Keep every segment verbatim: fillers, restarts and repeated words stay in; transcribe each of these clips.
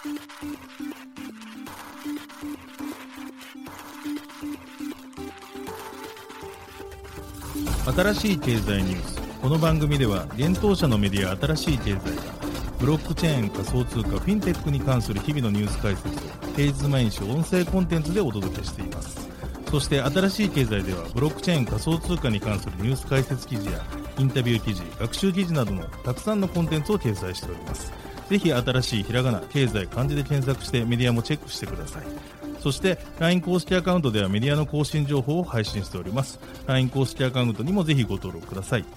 新しい経済ニュース。この番組では現当社のメディア新しい経済がブロックチェーン、仮想通貨、フィンテックに関する日々のニュース解説を平日毎日音声コンテンツでお届けしています。そして新しい経済ではブロックチェーン、仮想通貨に関するニュース解説記事やインタビュー記事、学習記事などのたくさんのコンテンツを掲載しております。ぜひ新しいひらがな、経済、漢字で検索してメディアもチェックしてください。そして ライン 公式アカウントではメディアの更新情報を配信しております。 ライン 公式アカウントにもぜひご登録ください。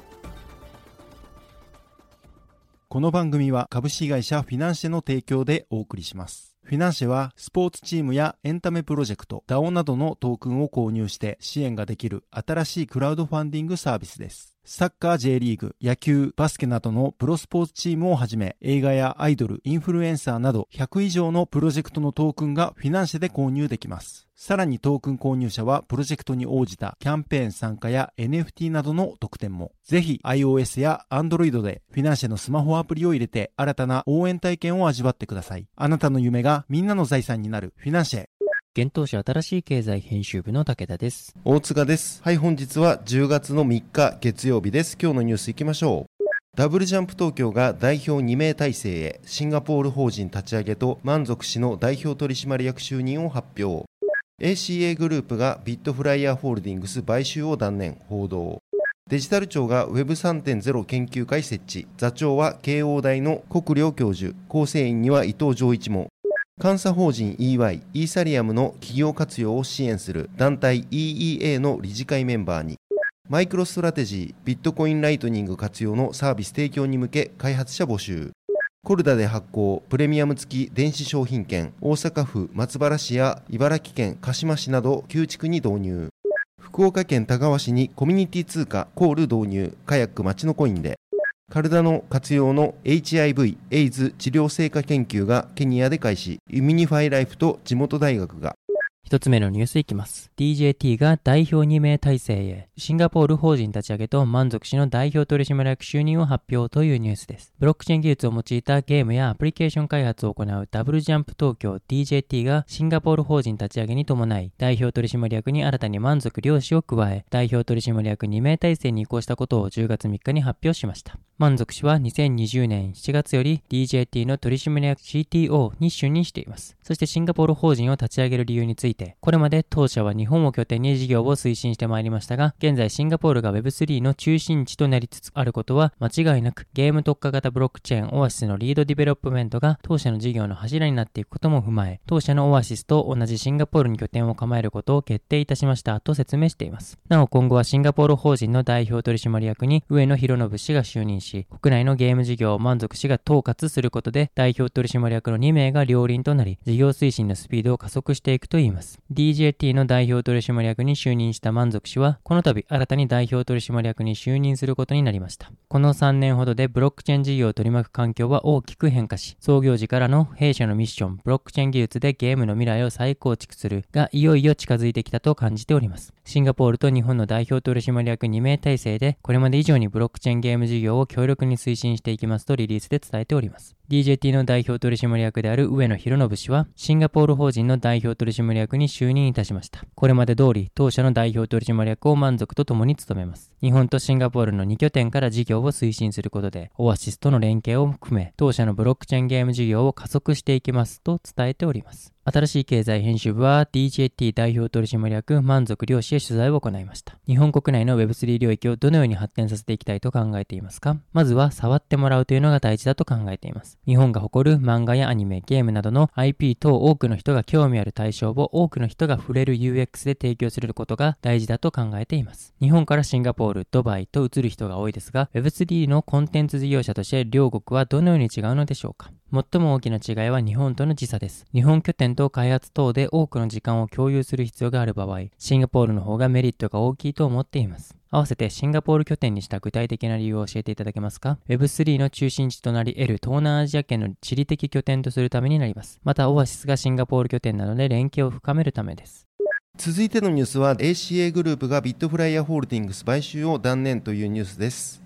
この番組は株式会社フィナンシェの提供でお送りします。フィナンシェはスポーツチームやエンタメプロジェクト、ダオ などのトークンを購入して支援ができる新しいクラウドファンディングサービスです。サッカー J リーグ、野球、バスケなどのプロスポーツチームをはじめ、映画やアイドル、インフルエンサーなどひゃく以上のプロジェクトのトークンがフィナンシェで購入できます。さらにトークン購入者はプロジェクトに応じたキャンペーン参加や エヌエフティー などの特典も。ぜひ iOS や Android でフィナンシェのスマホアプリを入れて新たな応援体験を味わってください。あなたの夢がみんなの財産になるフィナンシェ。 現当社新しい経済編集部の武田です。 大塚です。はい、本日はじゅうがつのみっか月曜日です。今日のニュースいきましょう。ダブルジャンプ東京が代表に名体制へ、シンガポール法人立ち上げと満足氏の代表取締役就任を発表。 エーシーエー グループがビットフライヤーホールディングス買収を断念、報道。デジタル庁が ウェブさんてんゼロ 研究会設置、座長は慶応大の国領教授、構成員には伊藤浄一も。監査法人 イーワイ、イーサリアムの企業活用を支援する団体 イーイーエー の理事会メンバーに。マイクロストラテジー、ビットコインライトニング活用のサービス提供に向け開発者募集。コルダで発行、プレミアム付き電子商品券、大阪府松原市や茨城県鹿島市などきゅう地区に導入。福岡県田川市にコミュニティ通貨コール導入、カヤック町のコインで。カルダの活用の エイチアイブイ、エイズ治療成果研究がケニアで開始、ユミニファイライフと地元大学が。 一つ目のニュースいきます。ディージェーティー が代表に名体制へ、シンガポール法人立ち上げと満足氏の代表取締役就任を発表というニュースです。ブロックチェーン技術を用いたゲームやアプリケーション開発を行うダブルジャンプ東京 ディージェーティー がシンガポール法人立ち上げに伴い、代表取締役に新たに満足両氏を加え、代表取締役に名体制に移行したことをじゅうがつみっかに発表しました。満足氏はにせんにじゅうねんしちがつより ディージェーティー の取締役 シーティーオー に就任しています。そしてシンガポール法人を立ち上げる理由について、これまで当社は日本を拠点に事業を推進してまいりましたが、現在シンガポールが ウェブスリー の中心地となりつつあることは間違いなく、ゲーム特化型ブロックチェーンオアシスのリードディベロップメントが当社の事業の柱になっていくことも踏まえ、当社のオアシスと同じシンガポールに拠点を構えることを決定いたしましたと説明しています。なお今後はシンガポール法人の代表取締役に上野博信氏が就任し、国内のゲーム事業を満足氏が統括することで、代表取締役のに名が両輪となり、事業推進のスピードを加速していくといいます。ディージェーティー の代表取締役に就任した満足氏は、この度新たに代表取締役に就任することになりました。このさんねんほどでブロックチェーン事業を取り巻く環境は大きく変化し、創業時からの弊社のミッション、ブロックチェーン技術でゲームの未来を再構築するがいよいよ近づいてきたと感じております。シンガポールと日本の代表取締役に名体制で、これまで以上にブロックチェーンゲーム事業を強力に推進していきますとリリースで伝えております。ディージェーティー の代表取締役である上野博信氏は、シンガポール法人の代表取締役に就任いたしました。これまで通り、当社の代表取締役を満足とともに務めます。日本とシンガポールのに拠点から事業を推進することで、オアシスとの連携を含め、当社のブロックチェーンゲーム事業を加速していきますと伝えております。新しい経済編集部は ディージェーティー 代表取締役満足両氏へ取材を行いました。日本国内の ウェブスリー 領域をどのように発展させていきたいと考えていますか？まずは触ってもらうというのが大事だと考えています。日本が誇る漫画やアニメ、ゲームなどの アイピー 等多くの人が興味ある対象を多くの人が触れる ユーエックス で提供することが大事だと考えています。日本からシンガポール、ドバイと移る人が多いですが、ウェブスリー のコンテンツ事業者として両国はどのように違うのでしょうか？最も大きな違いは日本との時差です。日本拠点と開発等で多くの時間を共有する必要がある場合、シンガポールの方がメリットが大きいと思っています。合わせてシンガポール拠点にした具体的な理由を教えていただけますか？ ウェブスリー の中心地となり得る東南アジア圏の地理的拠点とするためになります。またオアシスがシンガポール拠点なので連携を深めるためです。 続いてのニュースは エーシーエー グループがビットフライヤーホールディングス買収を断念というニュースです。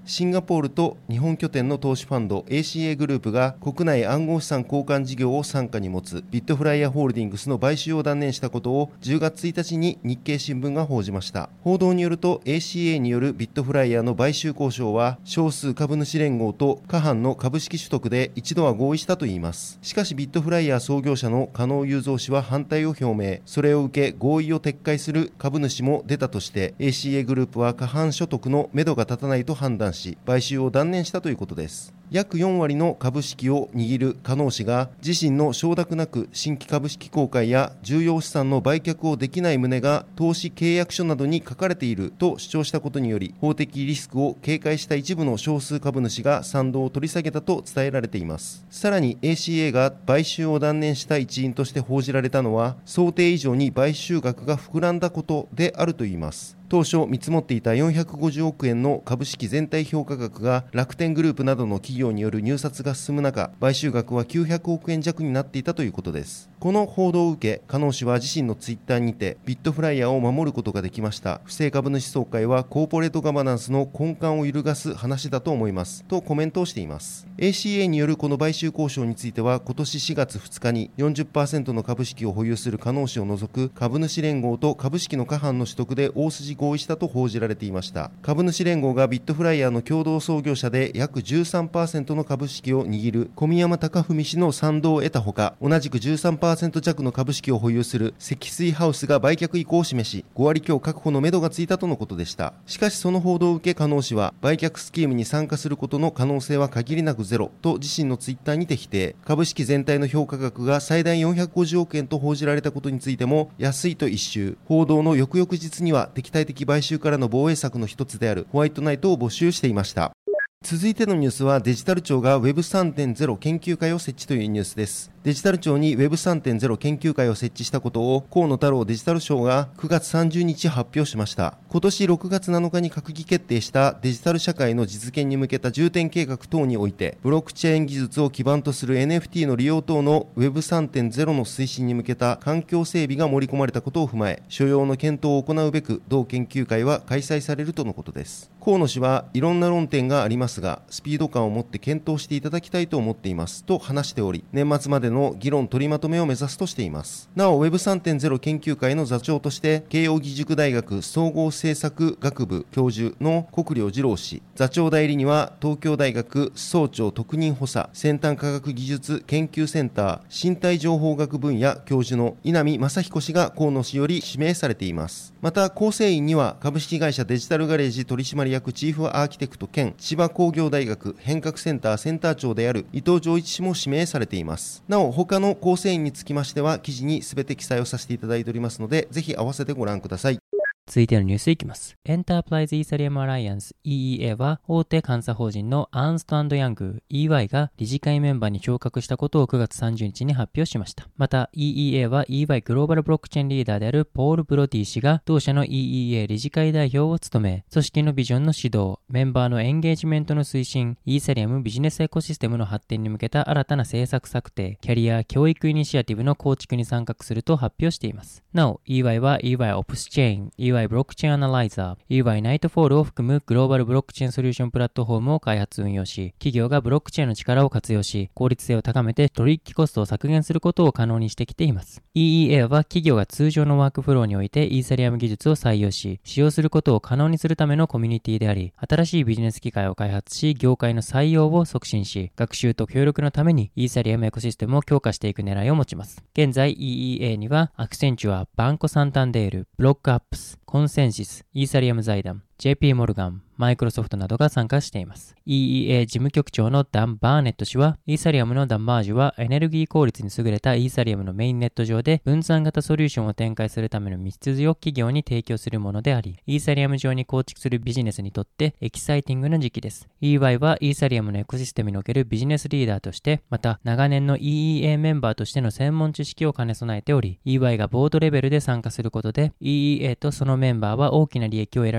シンガポールと日本拠点の投資ファンド エーシーエー グループが国内暗号資産交換事業を傘下に持つビットフライヤーホールディングスの買収を断念したことをじゅうがつついたちに日経新聞が報じました。報道によると エーシーエー によるビットフライヤーの買収交渉は少数株主連合と過半の株式取得で一度は合意したといいます。しかしビットフライヤー創業者の加納雄三氏は反対を表明。それを受け合意を撤回する株主も出たとして エーシーエー グループは過半所得の目処が立たないと判断し買収を断念したということです。約よんわりの株式を握る加納氏が自身の承諾なく新規株式公開や重要資産の売却をできない旨が投資契約書などに書かれていると主張したことにより法的リスクを警戒した一部の少数株主が賛同を取り下げたと伝えられています。さらに エーシーエー が買収を断念した一因として報じられたのは想定以上に買収額が膨らんだことであるといいます。当初見積もっていたよんひゃくごじゅうおくえんの株式全体評価額が楽天グループなどの企業による入札が進む中、買収額はきゅうひゃくおくえん弱になっていたということです。この報道を受け、加納氏は自身のツイッターにてビットフライヤーを守ることができました。不正株主総会はコーポレートガバナンスの根幹を揺るがす話だと思いますとコメントをしています。 エーシーエー によるこの買収交渉については今年しがつふつかに よんじゅっパーセント の株式を保有する加納氏を除く株主連合と株式の過半の取得で大筋合意したと報じられていました。株主連合がビットフライヤーの共同創業者で約 じゅうさんパーセント の株式を握る小宮山貴文氏の賛同を得たほか、同じく じゅうさんパーセント 弱の株式を保有する積水ハウスが売却意向を示し、ごわり強確保のめどがついたとのことでした。しかしその報道を受け加納氏は売却スキームに参加することの可能性は限りなくゼロと自身のツイッターにて否定。株式全体の評価額が最大よんひゃくごじゅうおくえんと報じられたことについても安いと一蹴。報道の翌々日には敵対的買収からの防衛策の一つであるホワイトナイトを募集していました。続いてのニュースはデジタル庁が ウェブさんてんゼロ 研究会を設置というニュースです。デジタル庁に ウェブさんてんゼロ 研究会を設置したことを河野太郎デジタル相がくがつさんじゅうにち発表しました。今年ろくがつなのかに閣議決定したデジタル社会の実現に向けた重点計画等においてブロックチェーン技術を基盤とする エヌエフティー の利用等の ウェブさんてんゼロ の推進に向けた環境整備が盛り込まれたことを踏まえ所要の検討を行うべく同研究会は開催されるとのことです。河野氏はいろんな論点がありますがスピード感を持って検討していただきたいと思っていますと話しており、年末までの議論取りまとめを目指すとしています。なお ウェブさんてんゼロ 研究会の座長として慶應義塾大学総合政策学部教授の国領二郎氏、座長代理には東京大学総長特任補佐先端科学技術研究センター身体情報学分野教授の稲見正彦氏が河野氏より指名されています。また構成員には株式会社デジタルガレージ取締役チーフアーキテクト兼千葉工業大学変革センターセンター長である伊藤丈一氏も指名されています。なお他の構成員につきましては記事に全て記載をさせていただいておりますのでぜひ合わせてご覧ください。 続いてのニュースいきます。エンタープライズイーサリアムアライアンス イーイーエー は大手監査法人のアーンスト&ヤング イーワイ が理事会メンバーに昇格したことをくがつさんじゅうにちに発表しました。また イーイーエー は イーワイ グローバルブロックチェーンリーダーであるポール・ブロディ氏が同社の イーイーエー 理事会代表を務め、組織のビジョンの指導、メンバーのエンゲージメントの推進、イーサリアムビジネスエコシステムの発展に向けた新たな政策策定、キャリア教育イニシアティブの構築に参画すると発表しています。なお イーワイ は イーワイ オプスチェーン、イーワイ ブロックチェーンアナライザー、イーワイ ナイトフォールを含むグローバルブロックチェーンソリューションプラットフォームを開発運用し、企業がブロックチェーンの力を活用し、効率性を高めて取引コストを削減することを可能にしてきています。イーイーエー は企業が通常のワークフローにおいてイーサリアム技術を採用し、使用することを可能にするためのコミュニティであり、新しいビジネス機会を開発し、業界の採用を促進し、学習と協力のためにイーサリアムエコシステムを強化していく狙いを持ちます。現在 イーイーエー にはアクセンチュア、バンコサンタンデール、ブロックアップス、コンセンシス、イーサリアム財団、ジェーピー モルガン、マイクロソフトなどが参加しています。イーイーエー 事務局長のダン・バーネット氏は、イーサリアムのダンマージュはエネルギー効率に優れたイーサリアムのメインネット上で分散型ソリューションを展開するための道筋を企業に提供するものであり、イーサリアム上に構築するビジネスにとってエキサイティングな時期です。イーワイ はイーサリアムのエコシステムにおけるビジネスリーダーとして、また長年の イーイーエー メンバーとしての専門知識を兼ね備えており、イーワイ がボードレベルで参加することで、イーイーエー とそのメンバーは大きな利益を得られると期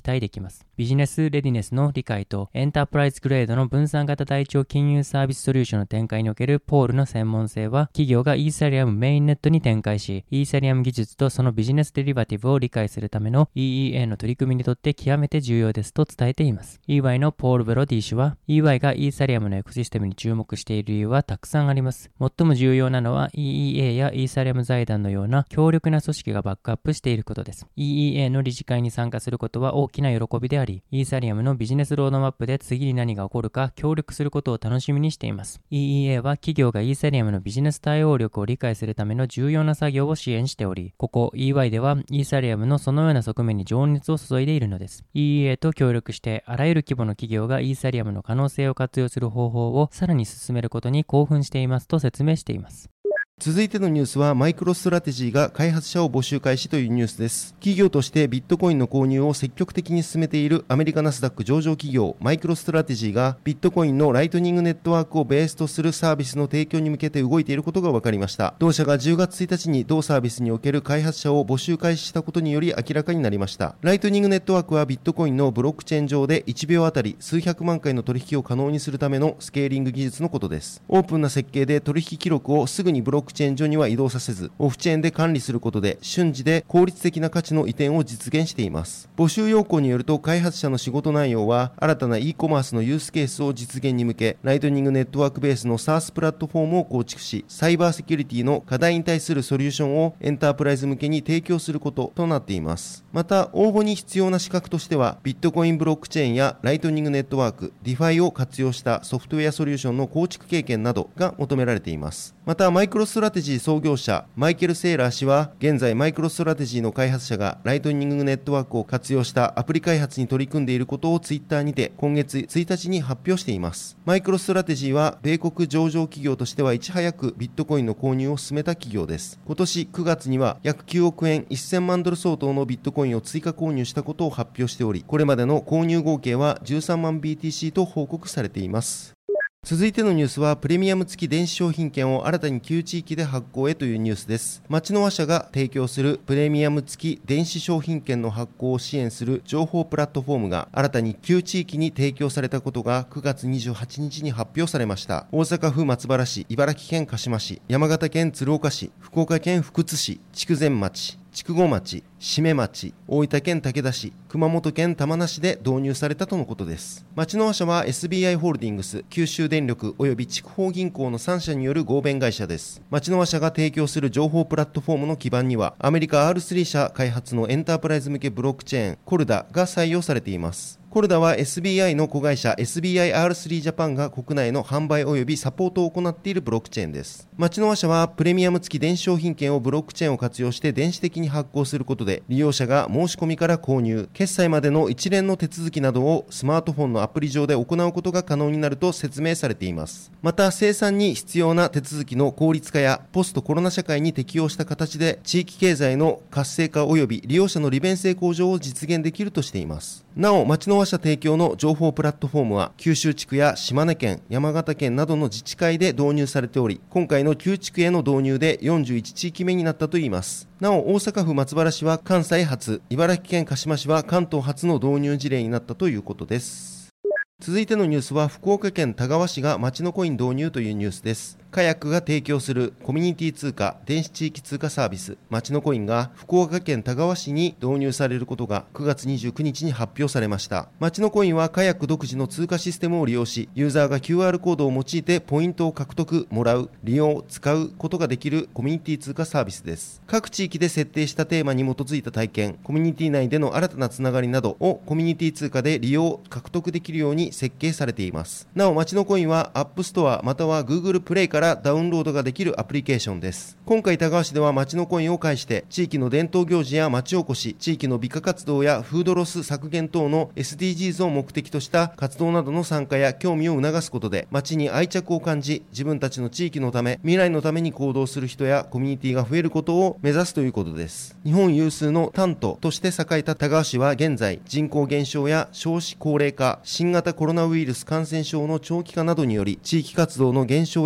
期待できます。ビジネスレディネスの理解とエンタープライズグレードの分散型台帳金融サービスソリューションの展開におけるポールの専門性は、企業がイーサリアムメインネットに展開し、イーサリアム技術とそのビジネスデリバティブを理解するための イーイーエー の取り組みにとって極めて重要ですと伝えています。イーワイ のポール・ブロディ氏は、イーワイ がイーサリアムのエコシステムに注目している理由はたくさんあります。最も重要なのは イーイーエー やイーサリアム財団のような強力な組織がバックアップしていることです。イーイーエー の理事会に参加することは大きな喜びであり、イーサリアムのビジネスロードマップで次に何が起こるか協力することを楽しみにしています。イーイーエー は企業がイーサリアムのビジネス対応力を理解するための重要な作業を支援しており、ここ イーワイ ではイーサリアムのそのような側面に情熱を注いでいるのです。イーイーエー と協力してあらゆる規模の企業がイーサリアムの可能性を活用する方法をさらに進めることに興奮していますと説明しています。 続いてのニュースは、マイクロストラテジーが開発者を募集開始というニュースです。企業としてビットコインの購入を積極的に進めているアメリカナスダック上場企業マイクロストラテジーが、ビットコインのライトニングネットワークをベースとするサービスの提供に向けて動いていることが分かりました。同社がじゅうがつついたちに同サービスにおける開発者を募集開始したことにより明らかになりました。ライトニングネットワークはビットコインのブロックチェーン上でいちびょうあたり数百万回の取引を可能にするためのスケーリング技術のことです。オープンな設計で取引記録をすぐにブロックチェーン上には移動させず、オフチェーンで管理することで瞬時で効率的な価値の移転を実現しています。募集要項によると、開発者の仕事内容は新たな e コマースのユースケースを実現に向け、ライトニングネットワークベースの SaaS プラットフォームを構築し、サイバーセキュリティの課題に対するソリューションをエンタープライズ向けに提供することとなっています。また、応募に必要な資格としては、ビットコインブロックチェーンやライトニングネットワーク、ディファイ を活用したソフトウェアソリューションの構築経験などが求められています。また、マイクロストラテジー創業者マイケル・セーラー氏は、現在マイクロストラテジーの開発者がライトニングネットワークを活用したアプリ開発に取り組んでいることをツイッターにて今月ついたちに発表しています。マイクロストラテジーは米国上場企業としてはいち早くビットコインの購入を進めた企業です。今年くがつには約きゅうおくえんせんまんドル相当のビットコインを追加購入したことを発表しており、これまでの購入合計はじゅうさんまんビーティーシー と報告されています。続いてのニュースは、プレミアム付き電子商品券を新たにきゅう地域で発行へというニュースです。町の和社が提供するプレミアム付き電子商品券の発行を支援する情報プラットフォームが新たにきゅう地域に提供されたことがくがつにじゅうはちにちに発表されました。大阪府松原市、茨城県鹿島市、山形県鶴岡市、福岡県福津市、筑前町、筑後町、締め町、大分県武田市、熊本県玉名市で導入されたとのことです。町の和社は エスビーアイ ホールディングス、九州電力及び筑豊銀行のさん社による合弁会社です。町の和社が提供する情報プラットフォームの基盤には、アメリカ アールスリー 社開発のエンタープライズ向けブロックチェーン、コルダが採用されています。コルダは エスビーアイ の子会社 エスビーアイアールスリー ジャパンが国内の販売及びサポートを行っているブロックチェーンです。町の和社はプレミアム付き電子商品券をブロックチェーンを活用して電子的に発行することで、利用者が申し込みから購入、決済までの一連の手続きなどをスマートフォンのアプリ上で行うことが可能になると説明されています。また、生産に必要な手続きの効率化やポストコロナ社会に適応した形で地域経済の活性化及び利用者の利便性向上を実現できるとしています。なお、町の和社提供の情報プラットフォームは九州地区や島根県、山形県などの自治会で導入されており、今回のきゅう地区への導入でよんじゅういち地域目になったといいます。なお、大阪府松原市は関西初、茨城県鹿島市は関東初の導入事例になったということです。続いてのニュースは、福岡県田川市が町のコイン導入というニュースです。カヤックが提供するコミュニティ通貨電子地域通貨サービス町のコインが福岡県田川市に導入されることがくがつにじゅうくにちに発表されました。町のコインはカヤック独自の通貨システムを利用し、ユーザーが キューアール コードを用いてポイントを獲得、もらう、利用、使うことができるコミュニティ通貨サービスです。各地域で設定したテーマに基づいた体験、コミュニティ内での新たなつながりなどをコミュニティ通貨で利用、獲得できるように設計されています。なお、町のコインは App Store または Google プレイからダウンロードができるアプリケーションです。今回田川市では町のコインを介して地域の伝統行事や町おこし、地域の美化活動やフードロス削減等の エスディージーズ を目的とした活動などの参加や興味を促すことで町に愛着を感じ、自分たちの地域のため、未来のために行動する人やコミュニティが増えることを目指すということです。日本有数の丹都として栄えた田川市は現在、人口減少や少子高齢化、新型コロナウイルス感染症の長期化などにより地域活動の減少や地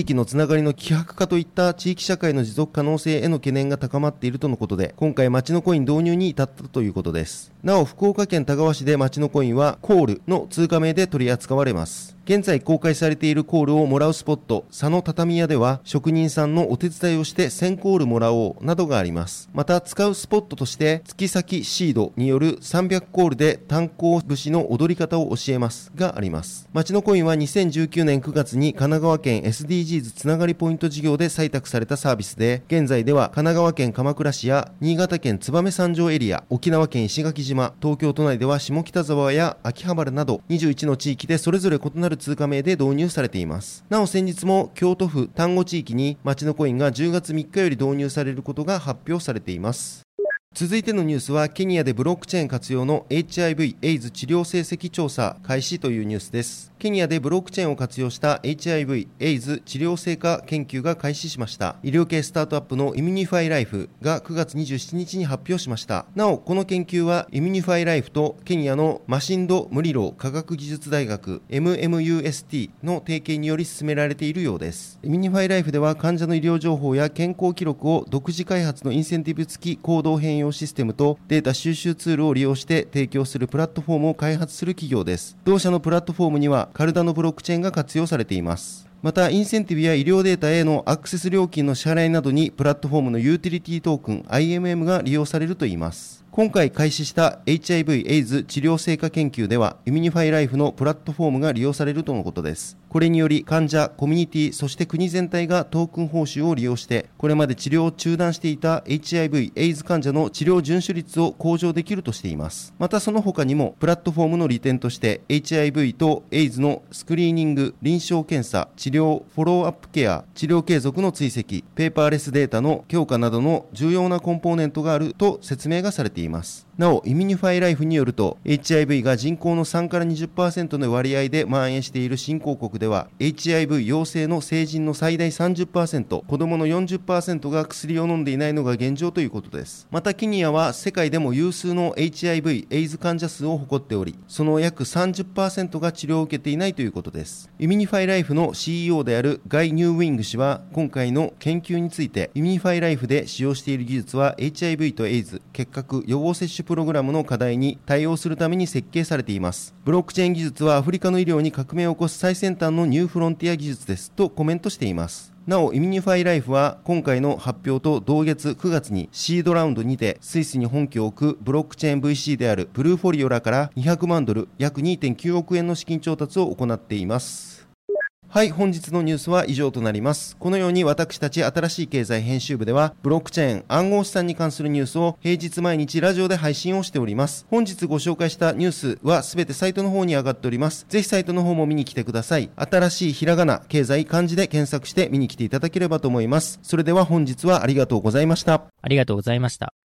域のつながりの希薄化といった地域社会の持続可能性への懸念が高まっているとのことで、今回町のコイン導入に至ったということです。なお、福岡県田川市で町のコインはコールの通貨名で取り扱われます。現在公開されているコールをもらうスポット、佐野畳屋では職人さんのお手伝いをしてせんコールもらおうなどがあります。また使うスポットとして月先シードによるさんびゃくコールで炭鉱節の踊り方を教えますがあります。町のコインはにせんじゅうきゅうねんくがつに神奈川県 エスディージーズ つながりポイント事業で採択されたサービスで、現在では神奈川県鎌倉市や新潟県燕三条エリア、沖縄県石垣島、東京都内では下北沢や秋葉原などにじゅういちの地域でそれぞれ異なる通貨名で導入されています。なお先日も京都府丹後地域に町のコインがじゅうがつみっかより導入されることが発表されています。続いてのニュースは、ケニアでブロックチェーン活用の エイチアイブイ エイズ治療成績調査開始というニュースです。ケニアでブロックチェーンを活用した エイチアイブイ エイズ治療成果研究が開始しました。医療系スタートアップのイミュニファイライフがくがつにじゅうしちにちに発表しました。なお、この研究はイミュニファイライフとケニアのマシンド・ムリロー科学技術大学 エムエムユーエスティー の提携により進められているようです。イミュニファイライフでは患者の医療情報や健康記録を独自開発のインセンティブ付き行動変容システムとデータ収集ツールを利用して提供するプラットフォームを開発する企業です。同社のプラットフォームにはカルダノブロックチェーンが活用されています。またインセンティブや医療データへのアクセス料金の支払いなどにプラットフォームのユーティリティトークン アイエムエム が利用されるといいます。今回開始した エイチアイブイ エイズ治療成果研究ではイミュニファイライフのプラットフォームが利用されるとのことです。これにより患者、コミュニティ、そして国全体がトークン報酬を利用してこれまで治療を中断していた エイチアイブイ エイズ患者の治療遵守率を向上できるとしています。またその他にもプラットフォームの利点として エイチアイブイ と エイズ のスクリーニング、臨床検査、治療、フォローアップケア、治療継続の追跡、ペーパーレスデータの強化などの重要なコンポーネントがあると説明がされています。なお、イミュニファイライフによると エイチアイブイ が人口のさんから にじゅっパーセント の割合で蔓延している新興国では エイチアイブイ 陽性の成人の最大 さんじゅっパーセント、子供の よんじゅっパーセント が薬を飲んでいないのが現状ということです。またケニアは世界でも有数の エイチアイブイ エイズ患者数を誇っており、その約 さんじゅっパーセント が治療を受けていないということです。イミュニファイライフの シーイーオー であるガイ・ニューウィング氏は今回の研究について、イミュニファイライフで使用している技術は エイチアイブイ とエイズ結核予防接種プログラムの課題に対応するために設計されています。ブロックチェーン技術はアフリカの医療に革命を起こす最先端のニューフロンティア技術ですとコメントしています。なお、イミュニファイライフは今回の発表と同月くがつにシードラウンドにてスイスに本拠を置くブロックチェーン ブイシー であるブルーフォリオらからにひゃくまんドル約 にてんきゅうおくえんの資金調達を行っています。はい、本日のニュースは以上となります。このように私たち新しい経済編集部ではブロックチェーン、暗号資産に関するニュースを平日毎日ラジオで配信をしております。本日ご紹介したニュースはすべてサイトの方に上がっております。ぜひサイトの方も見に来てください。新しいひらがな、経済、漢字で検索して見に来ていただければと思います。それでは本日はありがとうございました。 ありがとうございました。